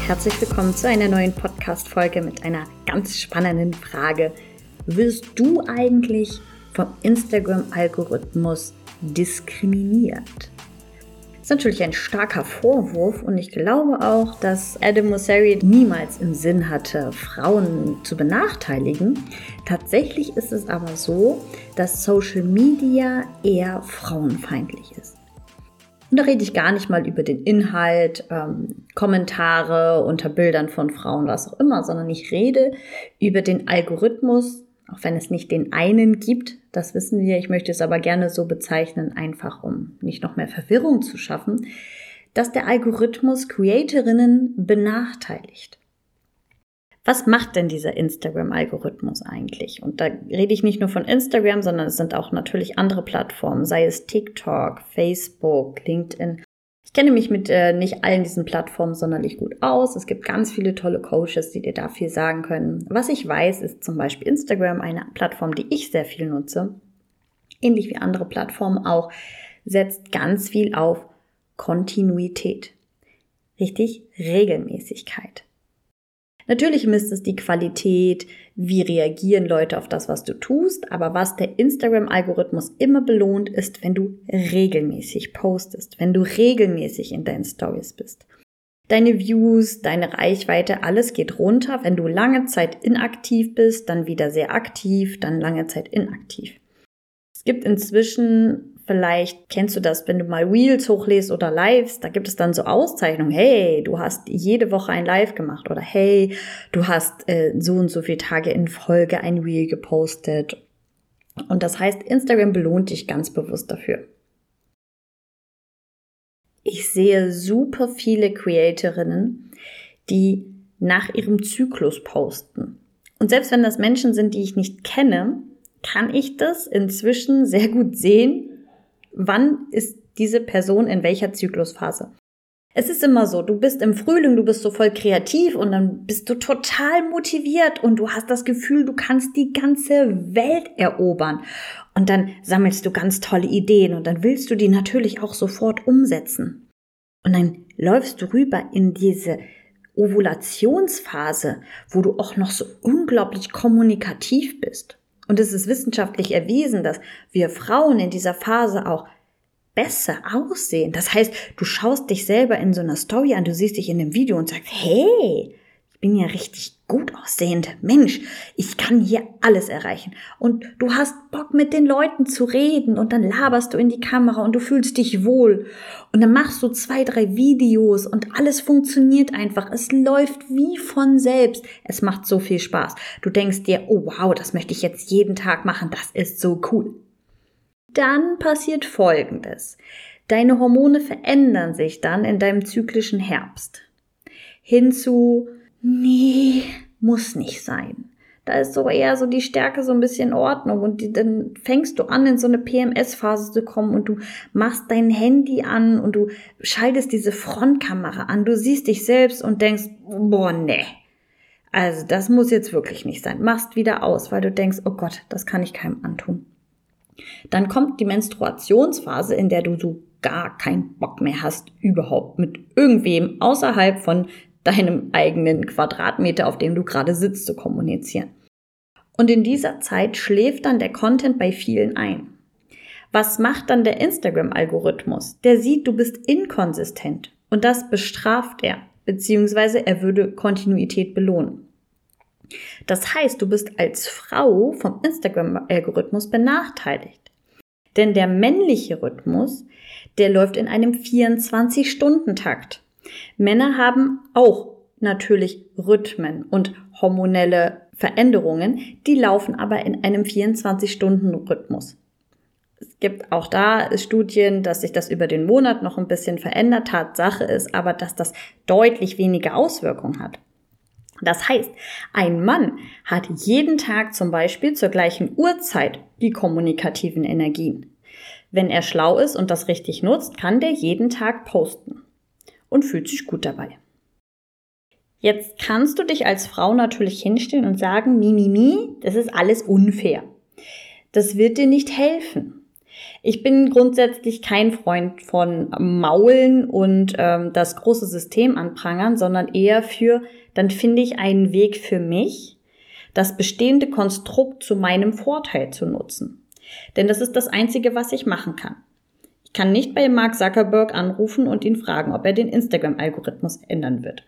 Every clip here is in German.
herzlich willkommen zu einer neuen Podcast-Folge mit einer ganz spannenden Frage. Wirst du eigentlich vom Instagram-Algorithmus diskriminiert? Das ist natürlich ein starker Vorwurf und ich glaube auch, dass Adam Mosseri niemals im Sinn hatte, Frauen zu benachteiligen. Tatsächlich ist es aber so, dass Social Media eher frauenfeindlich ist. Und da rede ich gar nicht mal über den Inhalt, Kommentare unter Bildern von Frauen, was auch immer, sondern ich rede über den Algorithmus, auch wenn es nicht den einen gibt, das wissen wir, ich möchte es aber gerne so bezeichnen, einfach um nicht noch mehr Verwirrung zu schaffen, dass der Algorithmus Creatorinnen benachteiligt. Was macht denn dieser Instagram-Algorithmus eigentlich? Und da rede ich nicht nur von Instagram, sondern es sind auch natürlich andere Plattformen, sei es TikTok, Facebook, LinkedIn. Ich kenne mich mit nicht allen diesen Plattformen sonderlich gut aus. Es gibt ganz viele tolle Coaches, die dir da viel sagen können. Was ich weiß, ist zum Beispiel Instagram, eine Plattform, die ich sehr viel nutze, ähnlich wie andere Plattformen auch, setzt ganz viel auf Kontinuität. Richtig, Regelmäßigkeit. Natürlich misst es die Qualität, wie reagieren Leute auf das, was du tust, aber was der Instagram-Algorithmus immer belohnt, ist, wenn du regelmäßig postest, wenn du regelmäßig in deinen Stories bist. Deine Views, deine Reichweite, alles geht runter. Wenn du lange Zeit inaktiv bist, dann wieder sehr aktiv, dann lange Zeit inaktiv. Es gibt inzwischen, vielleicht kennst du das, wenn du mal Reels hochlädst oder Lives, da gibt es dann so Auszeichnungen. Hey, du hast jede Woche ein Live gemacht oder hey, du hast so und so viele Tage in Folge ein Reel gepostet. Und das heißt, Instagram belohnt dich ganz bewusst dafür. Ich sehe super viele Creatorinnen, die nach ihrem Zyklus posten. Und selbst wenn das Menschen sind, die ich nicht kenne, kann ich das inzwischen sehr gut sehen, wann ist diese Person in welcher Zyklusphase. Es ist immer so, du bist im Frühling, du bist so voll kreativ und dann bist du total motiviert und du hast das Gefühl, du kannst die ganze Welt erobern. Und dann sammelst du ganz tolle Ideen und dann willst du die natürlich auch sofort umsetzen. Und dann läufst du rüber in diese Ovulationsphase, wo du auch noch so unglaublich kommunikativ bist. Und es ist wissenschaftlich erwiesen, dass wir Frauen in dieser Phase auch besser aussehen. Das heißt, du schaust dich selber in so einer Story an, du siehst dich in einem Video und sagst, hey, ich bin ja richtig gut aussehend. Mensch, ich kann hier alles erreichen. Und du hast Bock, mit den Leuten zu reden und dann laberst du in die Kamera und du fühlst dich wohl. Und dann machst du 2, 3 Videos und alles funktioniert einfach. Es läuft wie von selbst. Es macht so viel Spaß. Du denkst dir, oh wow, das möchte ich jetzt jeden Tag machen. Das ist so cool. Dann passiert Folgendes. Deine Hormone verändern sich dann in deinem zyklischen Herbst. Hinzu, nee, muss nicht sein. Da ist so eher so die Stärke so ein bisschen in Ordnung und dann fängst du an, in so eine PMS-Phase zu kommen und du machst dein Handy an und du schaltest diese Frontkamera an. Du siehst dich selbst und denkst, boah, nee. Also das muss jetzt wirklich nicht sein. Machst wieder aus, weil du denkst, oh Gott, das kann ich keinem antun. Dann kommt die Menstruationsphase, in der du so gar keinen Bock mehr hast, überhaupt mit irgendwem außerhalb von deinem eigenen Quadratmeter, auf dem du gerade sitzt, zu kommunizieren. Und in dieser Zeit schläft dann der Content bei vielen ein. Was macht dann der Instagram-Algorithmus? Der sieht, du bist inkonsistent und das bestraft er, beziehungsweise er würde Kontinuität belohnen. Das heißt, du bist als Frau vom Instagram-Algorithmus benachteiligt. Denn der männliche Rhythmus, der läuft in einem 24-Stunden-Takt. Männer haben auch natürlich Rhythmen und hormonelle Veränderungen, die laufen aber in einem 24-Stunden-Rhythmus. Es gibt auch da Studien, dass sich das über den Monat noch ein bisschen verändert. Tatsache ist aber, dass das deutlich weniger Auswirkungen hat. Das heißt, ein Mann hat jeden Tag zum Beispiel zur gleichen Uhrzeit die kommunikativen Energien. Wenn er schlau ist und das richtig nutzt, kann der jeden Tag posten und fühlt sich gut dabei. Jetzt kannst du dich als Frau natürlich hinstellen und sagen, das ist alles unfair. Das wird dir nicht helfen. Ich bin grundsätzlich kein Freund von Maulen und das große System anprangern, sondern eher dann finde ich einen Weg für mich, das bestehende Konstrukt zu meinem Vorteil zu nutzen. Denn das ist das Einzige, was ich machen kann. Ich kann nicht bei Mark Zuckerberg anrufen und ihn fragen, ob er den Instagram-Algorithmus ändern wird.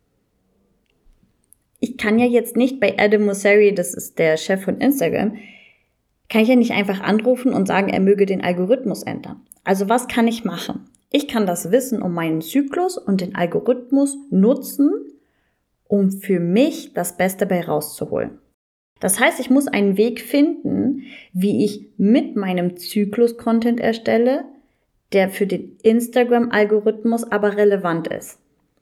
Ich kann ja jetzt nicht bei Adam Mosseri, das ist der Chef von Instagram, kann ich ja nicht einfach anrufen und sagen, er möge den Algorithmus ändern. Also was kann ich machen? Ich kann das Wissen um meinen Zyklus und den Algorithmus nutzen, um für mich das Beste bei rauszuholen. Das heißt, ich muss einen Weg finden, wie ich mit meinem Zyklus Content erstelle, der für den Instagram-Algorithmus aber relevant ist.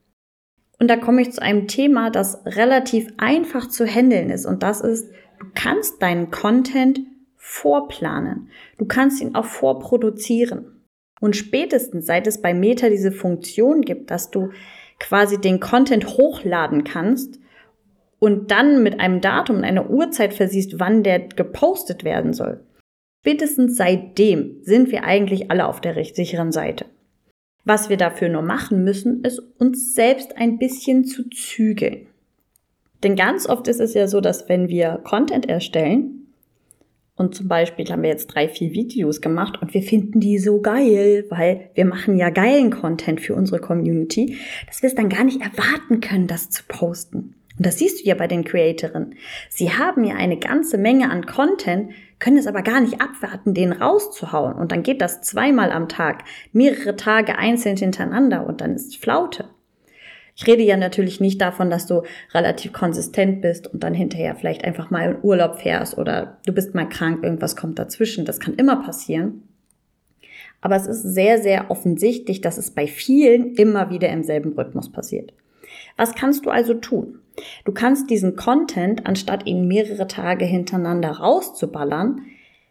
Und da komme ich zu einem Thema, das relativ einfach zu handeln ist. Und das ist, du kannst deinen Content vorplanen. Du kannst ihn auch vorproduzieren. Und spätestens, seit es bei Meta diese Funktion gibt, dass du quasi den Content hochladen kannst und dann mit einem Datum und einer Uhrzeit versiehst, wann der gepostet werden soll. Spätestens seitdem sind wir eigentlich alle auf der sicheren Seite. Was wir dafür nur machen müssen, ist uns selbst ein bisschen zu zügeln. Denn ganz oft ist es ja so, dass wenn wir Content erstellen, und zum Beispiel haben wir jetzt 3-4 Videos gemacht und wir finden die so geil, weil wir machen ja geilen Content für unsere Community, dass wir es dann gar nicht erwarten können, das zu posten. Und das siehst du ja bei den Creatorinnen. Sie haben ja eine ganze Menge an Content, können es aber gar nicht abwarten, den rauszuhauen. Und dann geht das 2-mal am Tag, mehrere Tage einzeln hintereinander und dann ist Flaute. Ich rede ja natürlich nicht davon, dass du relativ konsistent bist und dann hinterher vielleicht einfach mal in Urlaub fährst oder du bist mal krank, irgendwas kommt dazwischen. Das kann immer passieren. Aber es ist sehr, sehr offensichtlich, dass es bei vielen immer wieder im selben Rhythmus passiert. Was kannst du also tun? Du kannst diesen Content, anstatt ihn mehrere Tage hintereinander rauszuballern,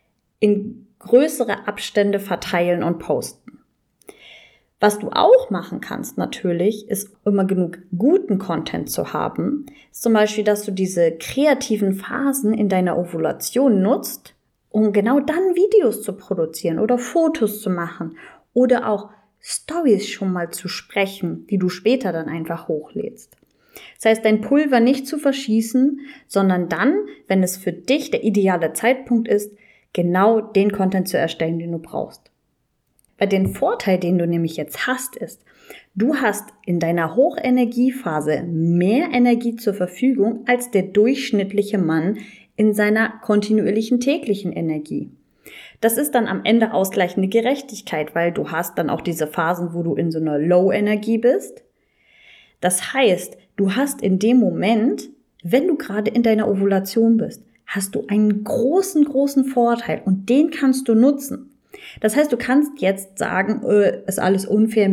in größere Abstände verteilen und posten. Was du auch machen kannst natürlich, ist immer genug guten Content zu haben. Ist zum Beispiel, dass du diese kreativen Phasen in deiner Ovulation nutzt, um genau dann Videos zu produzieren oder Fotos zu machen oder auch Stories schon mal zu sprechen, die du später dann einfach hochlädst. Das heißt, dein Pulver nicht zu verschießen, sondern dann, wenn es für dich der ideale Zeitpunkt ist, genau den Content zu erstellen, den du brauchst. Weil den Vorteil, den du nämlich jetzt hast, ist, du hast in deiner Hochenergiephase mehr Energie zur Verfügung als der durchschnittliche Mann in seiner kontinuierlichen täglichen Energie. Das ist dann am Ende ausgleichende Gerechtigkeit, weil du hast dann auch diese Phasen, wo du in so einer Low-Energie bist. Das heißt, du hast in dem Moment, wenn du gerade in deiner Ovulation bist, hast du einen großen, großen Vorteil und den kannst du nutzen. Das heißt, du kannst jetzt sagen, ist alles unfair,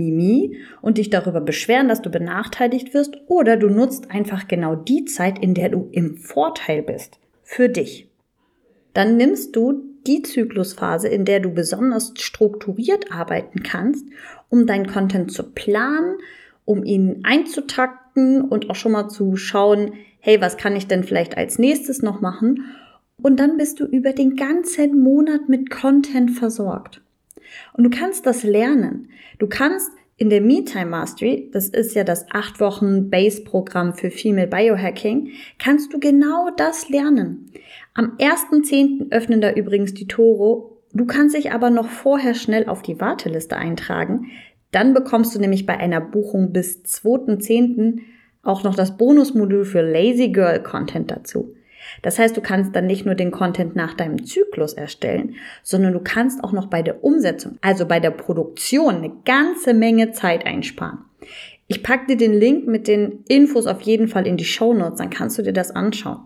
und dich darüber beschweren, dass du benachteiligt wirst, oder du nutzt einfach genau die Zeit, in der du im Vorteil bist, für dich. Dann nimmst du die Zyklusphase, in der du besonders strukturiert arbeiten kannst, um deinen Content zu planen, um ihn einzutakten und auch schon mal zu schauen, hey, was kann ich denn vielleicht als nächstes noch machen? Und dann bist du über den ganzen Monat mit Content versorgt. Und du kannst das lernen. Du kannst in der Me-Time Mastery, das ist ja das 8-Wochen-Base-Programm für Female Biohacking, kannst du genau das lernen. Am 1.10. öffnen da übrigens die Tore. Du kannst dich aber noch vorher schnell auf die Warteliste eintragen. Dann bekommst du nämlich bei einer Buchung bis 2.10. auch noch das Bonusmodul für Lazy Girl Content dazu. Das heißt, du kannst dann nicht nur den Content nach deinem Zyklus erstellen, sondern du kannst auch noch bei der Umsetzung, also bei der Produktion, eine ganze Menge Zeit einsparen. Ich packe dir den Link mit den Infos auf jeden Fall in die Shownotes, dann kannst du dir das anschauen.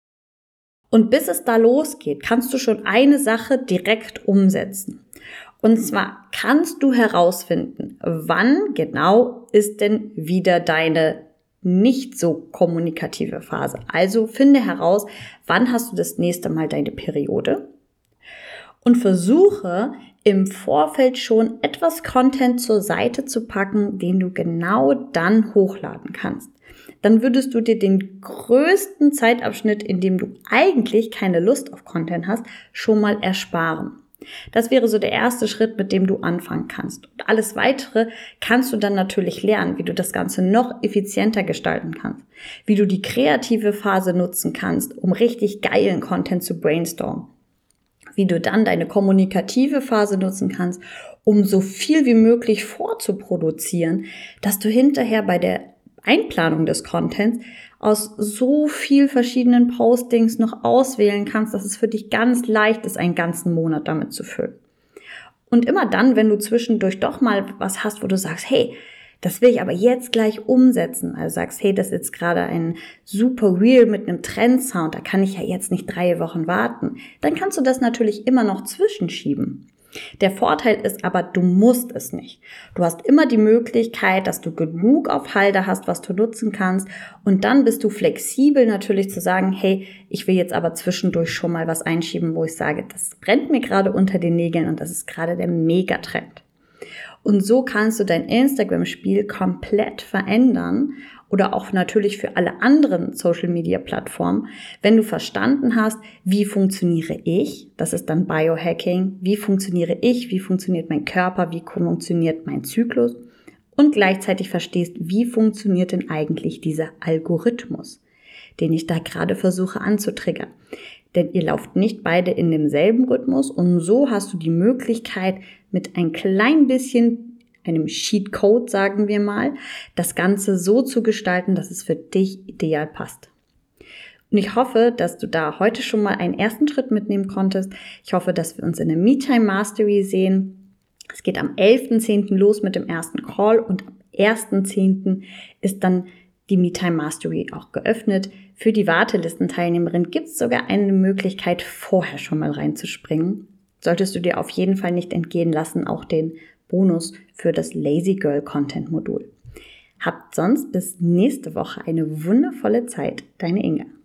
Und bis es da losgeht, kannst du schon eine Sache direkt umsetzen. Und zwar kannst du herausfinden, wann genau ist denn wieder deine nicht so kommunikative Phase. Also finde heraus, wann hast du das nächste Mal deine Periode und versuche im Vorfeld schon etwas Content zur Seite zu packen, den du genau dann hochladen kannst. Dann würdest du dir den größten Zeitabschnitt, in dem du eigentlich keine Lust auf Content hast, schon mal ersparen. Das wäre so der erste Schritt, mit dem du anfangen kannst. Und alles Weitere kannst du dann natürlich lernen, wie du das Ganze noch effizienter gestalten kannst, wie du die kreative Phase nutzen kannst, um richtig geilen Content zu brainstormen, wie du dann deine kommunikative Phase nutzen kannst, um so viel wie möglich vorzuproduzieren, dass du hinterher bei der Einplanung des Contents aus so viel verschiedenen Postings noch auswählen kannst, dass es für dich ganz leicht ist, einen ganzen Monat damit zu füllen. Und immer dann, wenn du zwischendurch doch mal was hast, wo du sagst, hey, das will ich aber jetzt gleich umsetzen. Also sagst, hey, das ist jetzt gerade ein super Reel mit einem Trendsound, da kann ich ja jetzt nicht 3 Wochen warten. Dann kannst du das natürlich immer noch zwischenschieben. Der Vorteil ist aber, du musst es nicht. Du hast immer die Möglichkeit, dass du genug auf Halde hast, was du nutzen kannst. Und dann bist du flexibel natürlich zu sagen, hey, ich will jetzt aber zwischendurch schon mal was einschieben, wo ich sage, das brennt mir gerade unter den Nägeln und das ist gerade der Megatrend. Und so kannst du dein Instagram-Spiel komplett verändern oder auch natürlich für alle anderen Social-Media-Plattformen, wenn du verstanden hast, wie funktioniere ich, das ist dann Biohacking, wie funktioniere ich, wie funktioniert mein Körper, wie funktioniert mein Zyklus und gleichzeitig verstehst, wie funktioniert denn eigentlich dieser Algorithmus, den ich da gerade versuche anzutriggern. Denn ihr lauft nicht beide in demselben Rhythmus und so hast du die Möglichkeit, mit ein klein bisschen einem Cheatcode, sagen wir mal, das Ganze so zu gestalten, dass es für dich ideal passt. Und ich hoffe, dass du da heute schon mal einen ersten Schritt mitnehmen konntest. Ich hoffe, dass wir uns in der MeTime Mastery sehen. Es geht am 11.10. los mit dem ersten Call und am 1.10. ist dann die MeTime Mastery auch geöffnet. Für die Wartelistenteilnehmerin gibt es sogar eine Möglichkeit, vorher schon mal reinzuspringen. Solltest du dir auf jeden Fall nicht entgehen lassen, auch den Bonus für das Lazy Girl Content Modul. Habt sonst bis nächste Woche eine wundervolle Zeit. Deine Inga.